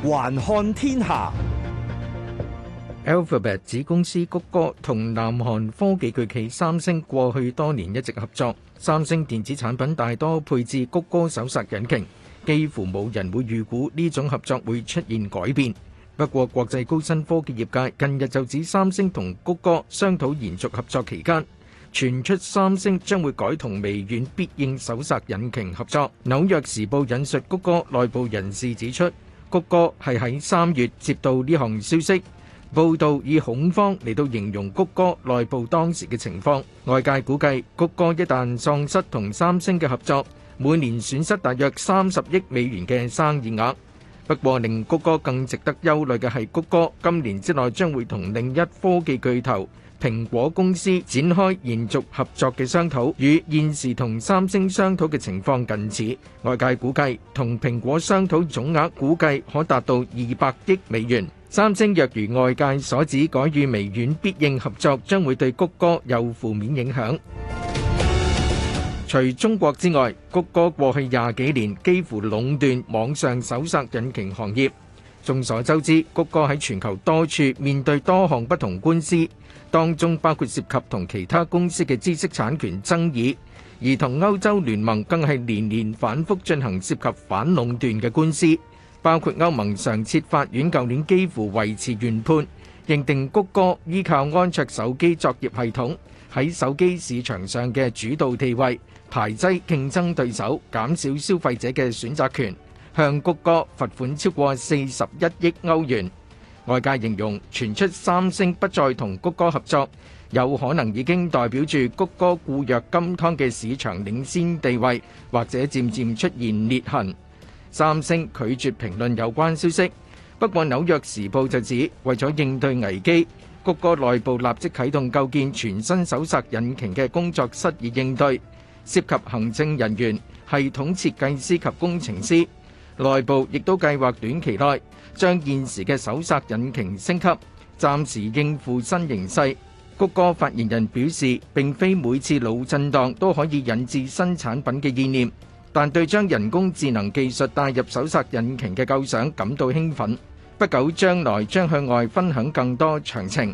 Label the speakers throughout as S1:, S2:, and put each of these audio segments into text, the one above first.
S1: 環看天下。
S2: Alphabet 子公司谷歌同南韓科技巨企三星過去多年一直合作，三星電子產品大多配置谷歌搜索引擎，幾乎冇人會預估呢種合作會出現改變。不過國際高新科技業界近日就指三星同谷歌商討延續合作期間，傳出三星將會改同微軟必應搜索引擎合作。紐約時報引述谷歌內部人士指出，谷歌係喺3月接到呢項消息。報道以恐慌嚟到形容谷歌內部當時嘅情況。外界估計谷歌一旦喪失同三星嘅合作，每年損失大約30億美元嘅生意額。不過令谷歌更值得憂慮嘅係，谷歌今年之內將會同另一科技巨頭蘋果公司展開延續合作嘅商討，與現時同三星商討嘅情況近似。外界估計同蘋果商討總額估計可達到200億美元。三星若如外界所指改與微軟必應合作，將會對谷歌有負面影響。除中國之外，谷歌過去20幾年幾乎壟斷網上搜索引擎行業。眾所周知，谷歌喺全球多處面對多項不同官司，當中包括涉及同其他公司嘅知識產權爭議，而同歐洲聯盟更係年年反覆進行涉及反壟斷嘅官司。包括歐盟常設法院舊年幾乎維持原判，認定谷歌依靠安卓手機作業系統喺手機市場上嘅主導地位，排擠競爭對手，減少消費者嘅選擇權，向谷歌罰款超過41億歐元。外界形容傳出三星不再同谷歌合作，有可能已經代表住谷歌固若金湯嘅市場領先地位，或者漸漸出現裂痕。三星拒絕評論有關消息，不過紐約時報就指，為咗應對危機，谷歌內部立即啟動構建全新搜索引擎嘅工作室以應對，涉及行政人員、系統設計師及工程師。內部亦都計劃短期內將現時嘅搜索引擎升級，暫時應付新形勢。谷歌發言人表示，並非每次腦震盪都可以引致新產品嘅意念，但對將人工智能技術帶入搜索引擎嘅構想感到興奮，不久將來將向外分享更多詳情。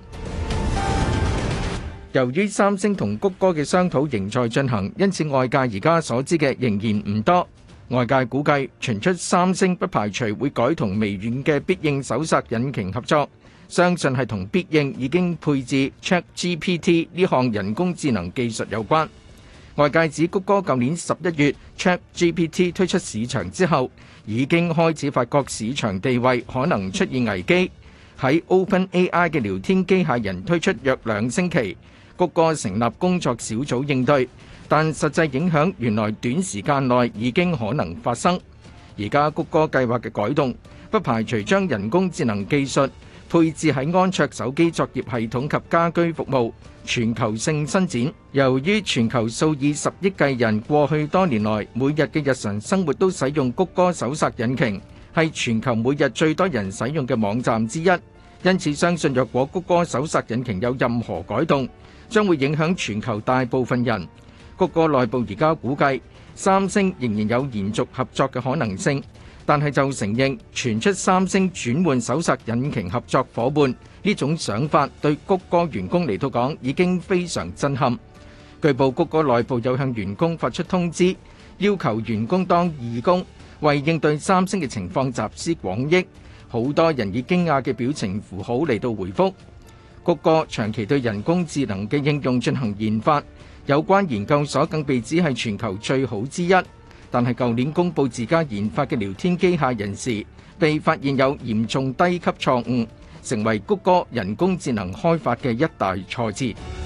S2: 由於三星同谷歌嘅商討仍在進行，因此外界而家所知嘅仍然唔多。外界估計傳出三星不排除會改同微軟嘅必應搜索引擎合作，相信係同必應已經配置 ChatGPT 呢項人工智能技術有關。外界指谷歌舊年11月 ChatGPT 推出市場之後，已經開始發覺市場地位可能出現危機。喺 OpenAI 嘅聊天機械人推出約2星期，谷歌成立工作小組應對，但實際影響原來短時間內已經可能發生。而家谷歌計劃嘅改動，不排除將人工智能技術配置喺安卓手機作業系統及家居服務，全球性伸展。由於全球數以10億計人過去多年來每日嘅日常生活都使用谷歌搜索引擎，係全球每日最多人使用嘅網站之一，因此相信若果谷歌搜索引擎有任何改動，將會影響全球大部分人。谷歌內部而家估計，三星仍然有延續合作嘅可能性，但係就承認傳出三星轉換搜索引擎合作夥伴呢種想法，對谷歌員工嚟到講已經非常震撼。據報谷歌內部有向員工發出通知，要求員工當義工，為應對三星嘅情況集思廣益。好多人以驚訝嘅表情符號嚟到回覆。谷歌長期對人工智能嘅應用進行研發，有關研究所更被指係全球最好之一。但係舊年公佈自家研發嘅聊天機械人時，被發現有嚴重低級錯誤，成為谷歌人工智能開發嘅一大挫折。